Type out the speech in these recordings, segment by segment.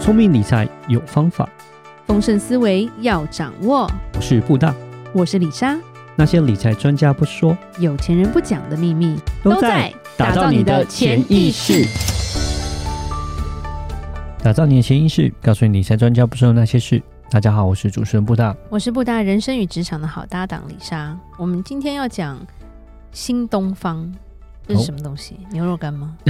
聪明理财有方法， 丰盛思维要掌握。 我是布大， 我是李莎。 那些理财专家不说， 有钱人不讲的秘密， 都在打造你的潜意识。打造你的潜意识，告诉你理财专家不说的那些事。大家好，我是主持人布大， 我是布大人生与职场的好搭档李莎。我们今天要讲新东方，这是什么东西？牛肉干吗？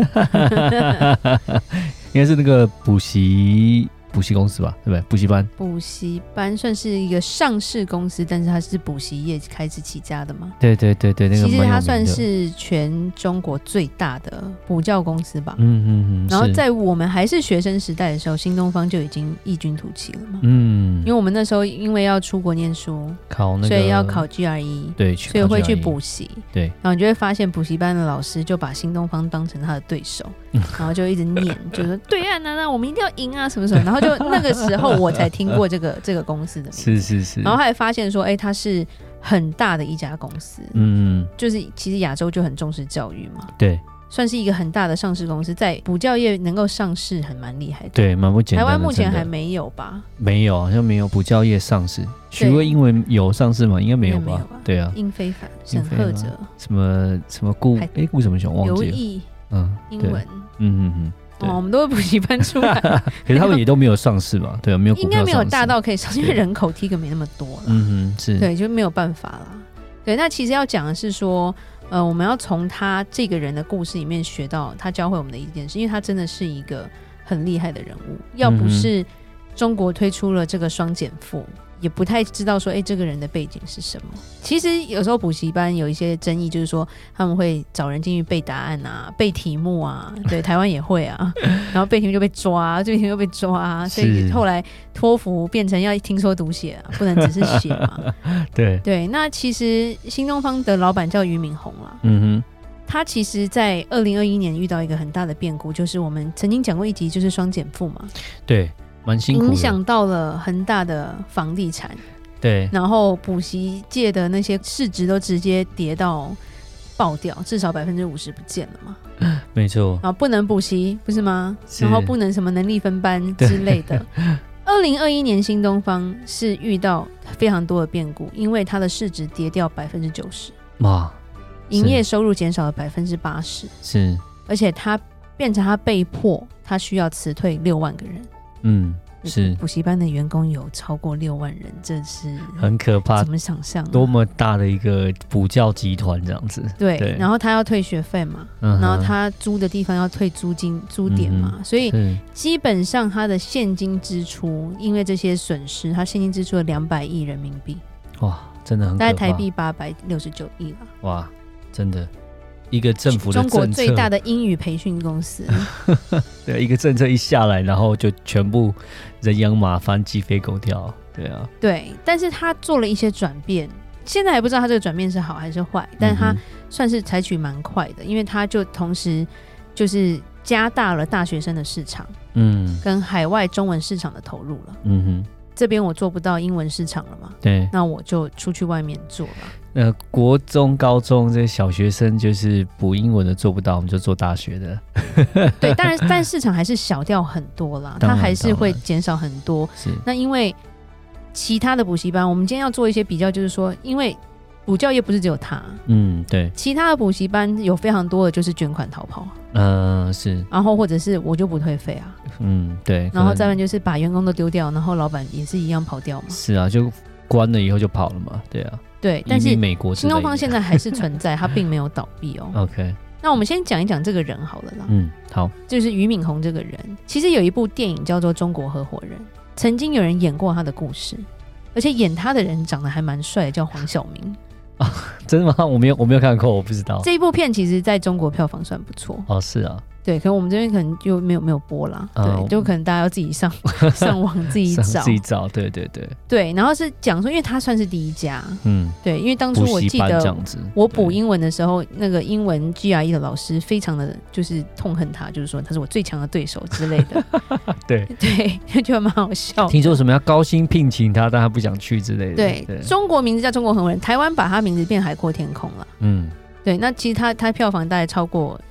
应该是那个补习公司吧，对不对？补习班。 补习班算是一个上市公司，但是它是补习业开始起家的吗？ 对对对对，那个其实它算是全中国最大的补教公司吧。然后在我们还是学生时代的时候，新东方就已经异军突起了嘛。因为我们那时候因为要出国念书， 考那个， 所以要考 GRE， 对， 所以会去补习。 对， 然后你就会发现补习班的老师就把新东方当成他的对手，然后就一直念，就说对啊，那我们一定要赢啊，什么什么。然后就那个时候我才听过这个公司的名字，是。然后还发现说，它是很大的一家公司，就是其实亚洲就很重视教育嘛， 对， 算是一个很大的上市公司，在补教业能够上市很蛮厉害的， 对，蛮不简单的。 台湾目前还没有吧？没有，好像没有补教业上市。徐威英文有上市吗？应该没有吧？对啊， 殷非凡、沈赫哲， 什么顾什么熊忘记了， 刘毅，英文，我们都是补习班出来， 可是他们也都没有上市嘛，对啊，没有股票上市， 应该没有大到可以上市，因为人口梯个没那么多了， 是， 对，就没有办法啦。对，那其实要讲的是说，我们要从他这个人的故事里面学到他教会我们的一件事，因为他真的是一个很厉害的人物，要不是中国推出了这个双减负，也不太知道说这个人的背景是什么。其实有时候补习班有一些争议，就是说他们会找人进去背答案啊，背题目啊，对，台湾也会啊，然后背题目就被抓，背题目就被抓，所以后来托福变成要听说读写不能只是写嘛。对，那其实新东方的老板叫俞敏洪啦，他其实在2021年遇到一个很大的变故，就是我们曾经讲过一集，就是双减负嘛， 对，蛮辛苦的， 影响到了恒大的房地产， 对，然后补习界的那些市值都直接跌到爆掉，至少50%不见了嘛。 没错， 然后不能补习，不是吗？然后不能什么能力分班之类的。2021年新东方是遇到非常多的变故，因为它的市值跌掉90%，哇，营业收入减少了80%， 是， 而且它变成他被迫，他需要辞退6万个人。 是， 补习班的员工有超过6万人，这是很可怕， 怎么想象？ 多么大的一个补教集团这样子。 对，然后他要退学费嘛，然后他租的地方要退租金租点嘛，所以基本上他的现金支出，因为这些损失，他现金支出了200亿人民币。 哇，真的很可怕， 大概台币869亿了。 哇，真的。一个政府的政策， 中国最大的英语培训公司对，一个政策一下来，然后就全部人仰马翻，鸡飞狗跳。对啊， 对，但是他做了一些转变，现在还不知道他这个转变是好还是坏，但是他算是采取蛮快的，因为他就同时就是加大了大学生的市场，跟海外中文市场的投入了。这边我做不到英文市场了嘛， 对， 那我就出去外面做了。 国中、高中这些小学生就是补英文的做不到，我们就做大学的。 对，但市场还是小掉很多啦，它还是会减少很多。那因为其他的补习班，我们今天要做一些比较，就是说，因为补教业不是只有他，对，其他的补习班有非常多的就是捐款逃跑， 是， 然后或者是我就不退费啊， 对， 然后再不然就是把员工都丢掉，然后老板也是一样跑掉嘛， 是啊，就关了以后就跑了嘛，对啊， 对，但是美国新东方现在还是存在，它并没有倒闭哦。 OK， 那我们先讲一讲这个人好了啦， 好， 就是俞敏洪这个人，其实有一部电影叫做《中国合伙人》，曾经有人演过他的故事，而且演他的人长得还蛮帅的，叫黄晓明。 真的吗？我没有看过，我不知道。 这一部片其实在中国票房算不错。 是啊。 对，可能我们这边可能就没有播啦，对，就可能大家要自己上网自己找，对，然后是讲说，因为他算是第一家，对，因为当初我记得我补英文的时候，那个英文 GRE 的老师非常的就是痛恨他，就是说他是我最强的对手之类的，对，就蛮好笑。 听说什么要高薪聘请他，但他不想去之类的。 对，中国名字叫中国合伙人，台湾把他名字变海阔天空了。对，那其实他票房大概超过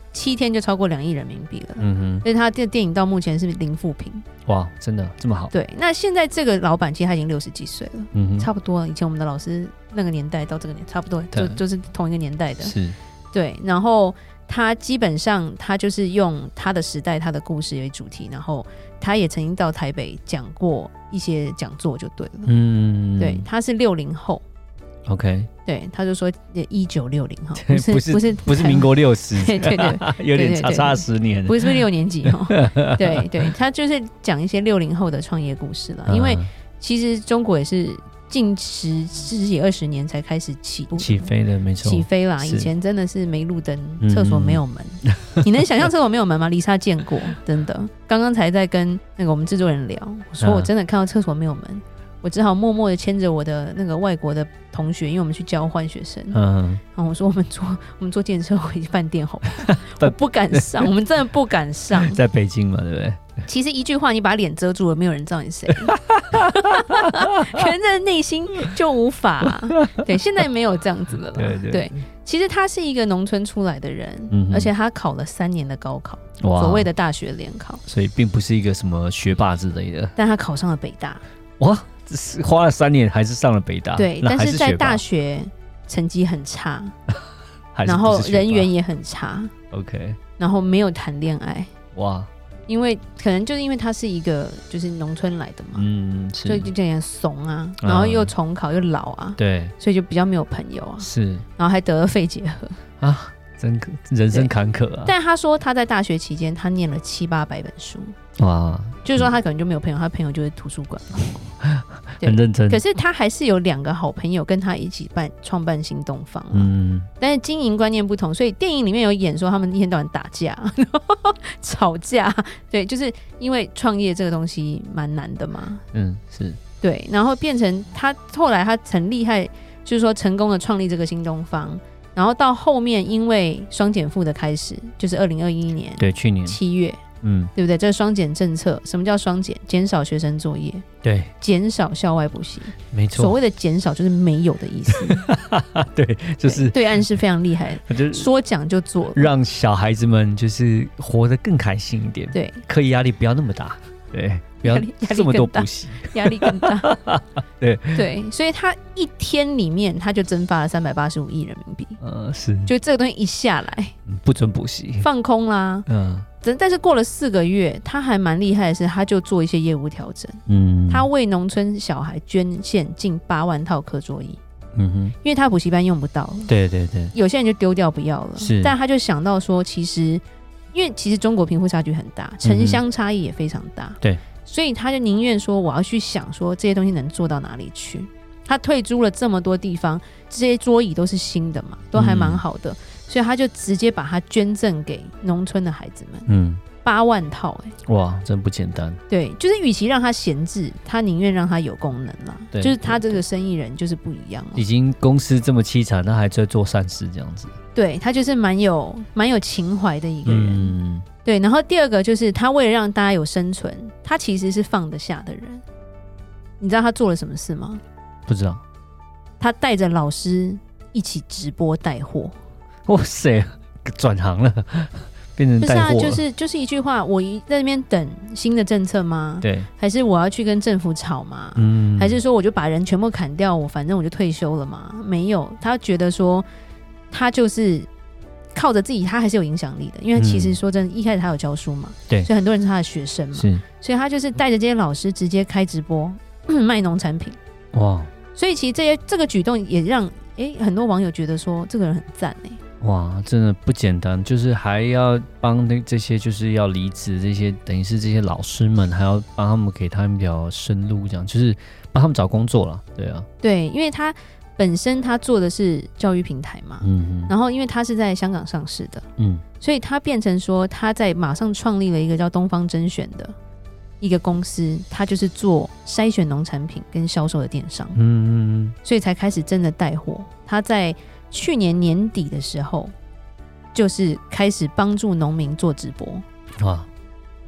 7天就超过2亿人民币了。所以他的电影到目前是零负评。 哇，真的这么好？ 对，那现在这个老板其实他已经60几岁了，差不多了。以前我们的老师那个年代到这个年差不多，就是同一个年代的。 是， 对，然后他基本上他就是用他的时代、他的故事为主题，然后他也曾经到台北讲过一些讲座，就对了。对，他是60后。OK， 对，他就说1960哈，不是民国60， 对， 有点差10年， 不是6年级哈。对对，他就是讲一些60后的创业故事了，因为其实中国也是近10几20年才开始起飞的，没错， 起飞啦。以前真的是没路灯，厕所没有门，你能想象厕所没有门吗？丽莎见过，真的。刚刚才在跟那个我们制作人聊，我说我真的看到厕所没有门。我只好默默的牵着我的那个外国的同学，因为我们去交换学生。然后我说我们坐电车回饭店好吗？我不敢上，我们真的不敢上。 在北京嘛，对不对？ 其实一句话，你把脸遮住了，没有人知道你谁。可能在内心就无法。对，现在没有这样子了。对，其实他是一个农村出来的人，而且他考了3年的高考，所谓的大学联考， 所以并不是一个什么学霸之类的。 但他考上了北大。 哇！花了3年还是上了北大， 对，但是在大学成绩很差，然后人缘也很差 ，OK， 然后没有谈恋爱，哇，因为可能就是因为他是一个就是农村来的嘛，所以就有点怂啊，然后又重考又老啊，对，所以就比较没有朋友啊，是，然后还得了肺结核啊，真人生坎坷啊。但他说他在大学期间他念了700-800本书。哇，就是说他可能就没有朋友，他朋友就是图书馆，很认真。可是他还是有2个好朋友跟他一起创办新东方，但是经营观念不同，所以电影里面有演说他们一天到晚打架、吵架，对，就是因为创业这个东西蛮难的嘛，是，对，然后变成他后来他很厉害，就是说成功的创立这个新东方，然后到后面因为双减负的开始，就是2021年，对，去年7月。对不对？这是双减政策。什么叫双减？减少学生作业，对，减少校外补习，没错。所谓的减少就是没有的意思。对，就是对岸是非常厉害的，说讲就做，让小孩子们就是活得更开心一点，对，课业压力不要那么大，对，不要这么多补习，压力更大。对对，所以他1天里面他就蒸发了385亿人民币。是，就这个东西一下来，不准补习，放空啦。但是过了4个月，他还蛮厉害的是，他就做一些业务调整。他为农村小孩捐献近8万套课桌椅。因为他补习班用不到了，对对对，有些人就丢掉不要了。是，但他就想到说，其实中国贫富差距很大，城乡差异也非常大，对，所以他就宁愿说我要去想说这些东西能做到哪里去。他退租了这么多地方，这些桌椅都是新的嘛，都还蛮好的，所以他就直接把它捐赠给农村的孩子们。8万套哇，真不简单。对，就是与其让他闲置，他宁愿让他有功能啦。就是他这个生意人就是不一样了，已经公司这么凄惨，他还在做善事这样子。对，他就是蛮有情怀的一个人。对，然后第二个就是他为了让大家有生存，他其实是放得下的人。你知道他做了什么事吗？不知道。他带着老师一起直播带货。哇塞，转行了。变成带货了。不是啊，就是一句话，我在那边等新的政策吗？对，还是我要去跟政府吵吗？还是说我就把人全部砍掉，反正我就退休了嘛？没有，他觉得说他就是靠着自己，他还是有影响力的，因为其实说真的，一开始他有教书嘛，对，所以很多人是他的学生嘛，所以他就是带着这些老师直接开直播卖农产品。哇！所以其实这个举动也让很多网友觉得说这个人很赞哇，真的不简单，就是还要帮这些就是要离职这些，等于是这些老师们还要帮他们给他们一条生路，这样就是帮他们找工作了。对啊，对，因为他本身他做的是教育平台嘛，然后因为他是在香港上市的，所以他变成说他在马上创立了一个叫东方甄选的一个公司，他就是做筛选农产品跟销售的电商，所以才开始真的带货。他在去年年底的时候，就是开始帮助农民做直播。哇！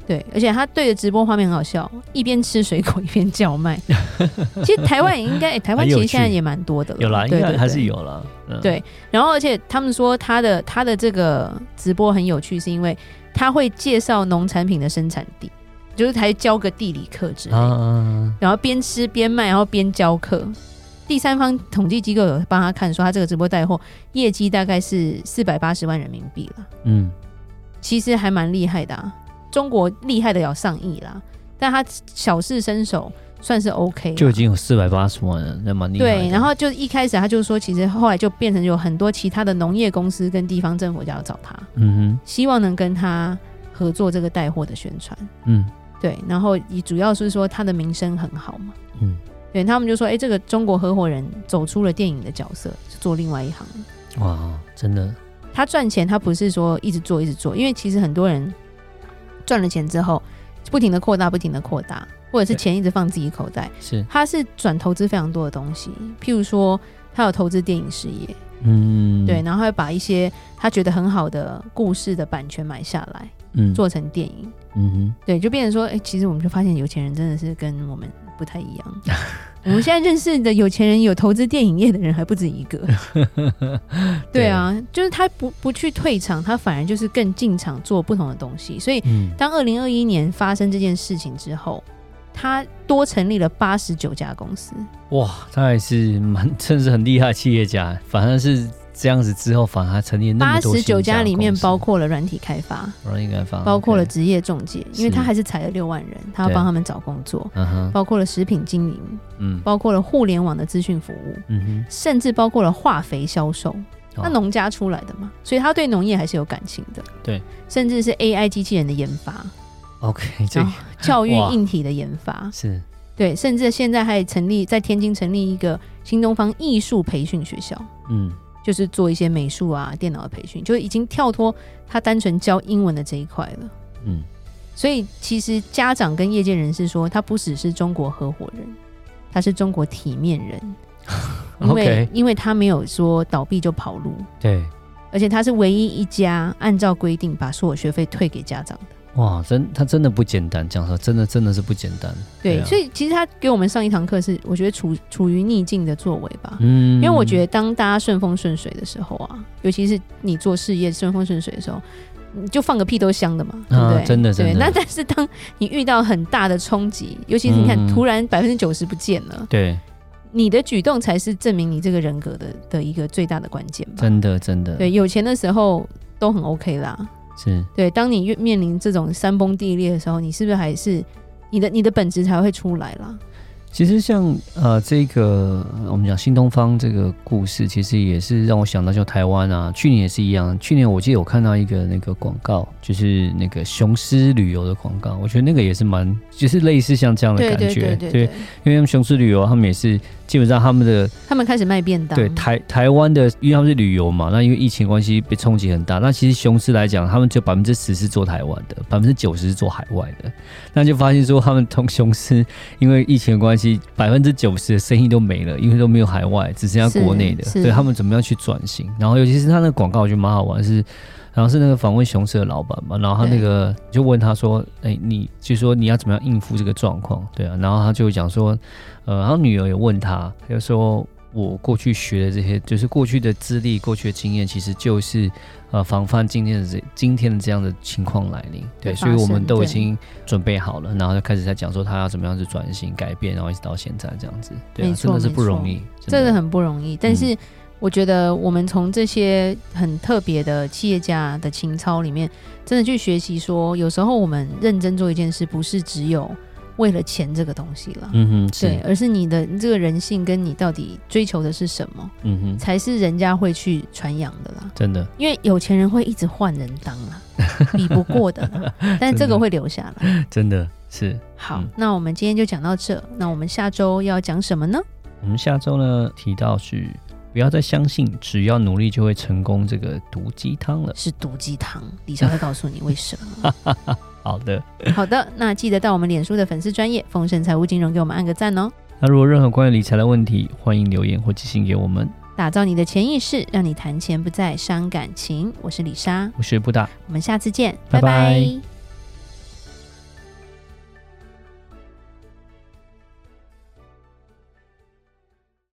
对，而且他对着直播画面很好笑，一边吃水果一边叫卖。其实台湾也应该，台湾其实现在也蛮多的了， 有啦，应该还是有啦。 对，然后而且他们说他的这个直播很有趣，是因为他会介绍农产品的生产地，就是还教个地理课之类的，然后边吃边卖，然后边教课。第三方统计机构有帮他看说他这个直播带货业绩大概是480万人民币了，其实还蛮厉害的啊。中国厉害的有上亿啦，但他小试身手算是 OK， 就已经有480万了，那蛮厉害的。 对，然后就一开始他就说，其实后来就变成有很多其他的农业公司跟地方政府就要找他，希望能跟他合作这个带货的宣传，对，然后也主要是说他的名声很好嘛，对，他们就说，这个中国合伙人走出了电影的角色，是做另外一行。 哇，真的，他赚钱，他不是说一直做，因为其实很多人赚了钱之后，不停的扩大，或者是钱一直放自己口袋， 是， 他是转投资非常多的东西，譬如说他有投资电影事业，对，然后会把一些他觉得很好的故事的版权买下来，做成电影，对，就变成说，其实我们就发现有钱人真的是跟我们不太一样。我们现在认识的有钱人，有投资电影业的人还不止一个。对啊，就是他不去退场，他反而就是更进场做不同的东西。所以当2021年发生这件事情之后，他多成立了89家公司。哇， 他还是真是很厉害的企业家。反正是这样子之后，反而还成立了那么多 89家里面包括了软体开发，包括了职业中介，因为他还是裁了6万人，他要帮他们找工作，包括了食品经营，包括了互联网的资讯服务，甚至包括了化肥销售。那农家出来的嘛，所以他对农业还是有感情的。 对， 甚至是 AI 机器人的研发 ，OK， 教育硬体的研发是。 对，甚至现在还在天津成立一个新东方艺术培训学校，就是做一些美术啊、电脑的培训，就已经跳脱他单纯教英文的这一块了。所以其实家长跟业界人士说，他不只是中国合伙人，他是中国体面人。因为他没有说倒闭就跑路， 对， 而且他是唯一一家按照规定把所有学费退给家长的。 哇，他真的不简单，这样说真的是不简单。 对，所以其实他给我们上一堂课是，我觉得处于逆境的作为吧。因为我觉得当大家顺风顺水的时候啊，尤其是你做事业顺风顺水的时候，你就放个屁都香的嘛，对不对？ 真的。 对，那但是当你遇到很大的冲击，尤其是你看突然90%不见了， 对， 你的举动才是证明你这个人格的一个最大的关键吧。真的。对，有钱的时候都很 OK 啦。 是， 对，当你面临这种山崩地裂的时候，你是不是还是你的本质才会出来啦？ 其实像这个我们讲新东方这个故事，其实也是让我想到就台湾啊，去年也是一样。去年我记得我看到一个那个广告，就是那个雄狮旅游的广告，我觉得那个也是就是类似像这样的感觉。对，因为他们雄狮旅游，他们也是基本上他们开始卖便当。 对，台湾的，因为他们是旅游嘛，那因为疫情关系被冲击很大。那其实雄狮来讲，他们就10%是做台湾的，90%是做海外的。那就发现说，他们同雄狮因为疫情的关系，90%的生意都没了，因为都没有海外，只剩下国内的。所以他们怎么样去转型？然后尤其是他那个广告，我觉得蛮好玩，然后是那个访问雄狮的老板嘛，然后他那个就问他说：“你就说你要怎么样应付这个状况？”对啊，然后他就讲说，然后女儿也问他，就说我过去学的这些，就是过去的资历、过去的经验，其实就是防范今天的这样的情况来临。对，所以我们都已经准备好了，然后就开始在讲说他要怎么样去转型、改变，然后一直到现在这样子。对啊，真的是不容易， 真的很不容易，但是。我觉得我们从这些很特别的企业家的情操里面，真的去学习说，有时候我们认真做一件事，不是只有为了钱这个东西了，对，而是你的这个人性跟你到底追求的是什么，才是人家会去传扬的啦。 真的， 因为有钱人会一直换人当啦，比不过的啦，但是这个会留下来。 真的是。 好，那我们今天就讲到这，那我们下周要讲什么呢？ 我们下周呢提到是。不要再相信只要努力就会成功这个毒鸡汤了， 是毒鸡汤，李莎会告诉你为什么。 好的，那记得到我们脸书的粉丝专页丰盛财务金融给我们按个赞哦。 那如果任何关于理财的问题，欢迎留言或寄信给我们。 打造你的潜意识，让你谈钱不再伤感情。我是李莎， 我是布大， 我们下次见， 拜拜。 拜拜。